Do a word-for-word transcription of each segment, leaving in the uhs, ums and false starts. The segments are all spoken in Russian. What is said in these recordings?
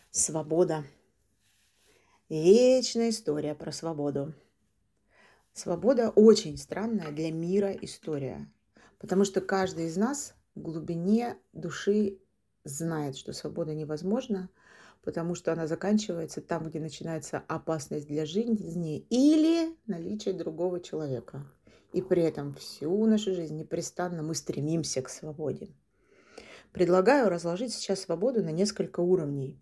Свобода. Вечная история про свободу. Свобода очень странная для мира история, потому что каждый из нас в глубине души знает, что свобода невозможна, потому что она заканчивается там, где начинается опасность для жизни или наличие другого человека. И при этом всю нашу жизнь непрестанно мы стремимся к свободе. Предлагаю разложить сейчас свободу на несколько уровней.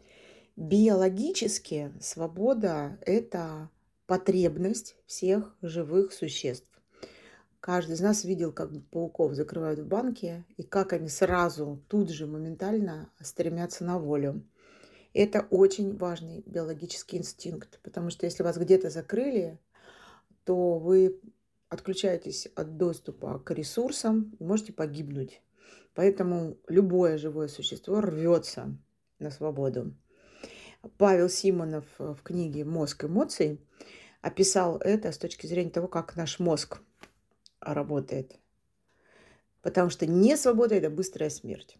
Биологически свобода– это потребность всех живых существ. Каждый из нас видел, как пауков закрывают в банке, и как они сразу, тут же, моментально стремятся на волю. Это очень важный биологический инстинкт, потому что если вас где-то закрыли, то вы отключаетесь от доступа к ресурсам и можете погибнуть. Поэтому любое живое существо рвется на свободу. Павел Симонов в книге «Мозг эмоций» описал это с точки зрения того, как наш мозг работает. Потому что не свобода – это быстрая смерть.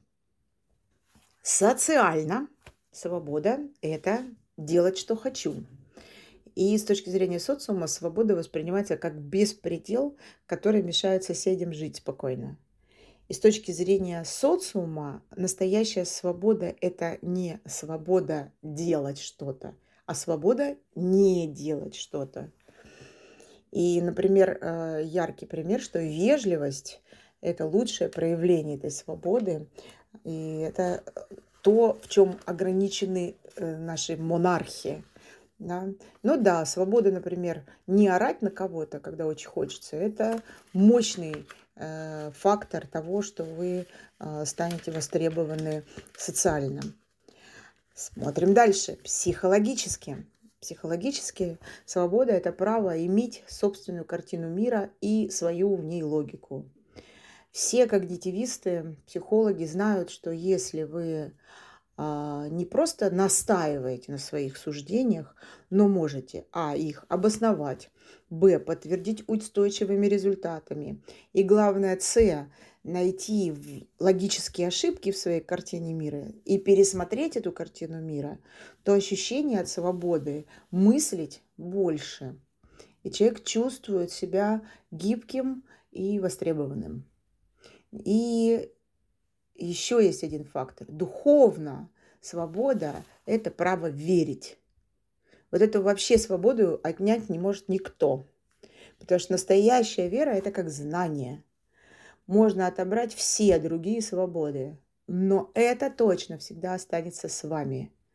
Социально свобода – это делать, что хочу. И с точки зрения социума свобода воспринимается как беспредел, который мешает соседям жить спокойно. И с точки зрения социума настоящая свобода – это не свобода делать что-то, а свобода не делать что-то. И, например, яркий пример, что вежливость – это лучшее проявление этой свободы. И это то, в чем ограничены наши монархи. Да? Ну да, свобода, например, не орать на кого-то, когда очень хочется, это мощный э, фактор того, что вы э, станете востребованы социально. Смотрим дальше. Психологически. Психологически свобода – это право иметь собственную картину мира и свою в ней логику. Все когнитивисты, психологи знают, что если вы не просто настаиваете на своих суждениях, но можете а. их обосновать, б. подтвердить устойчивыми результатами и, главное, с. найти логические ошибки в своей картине мира и пересмотреть эту картину мира, то ощущение от свободы мыслить больше. И человек чувствует себя гибким и востребованным. И еще есть один фактор. Духовно свобода – это право верить. Вот эту вообще свободу отнять не может никто. Потому что настоящая вера – это как знание. Можно отобрать все другие свободы, но это точно всегда останется с вами.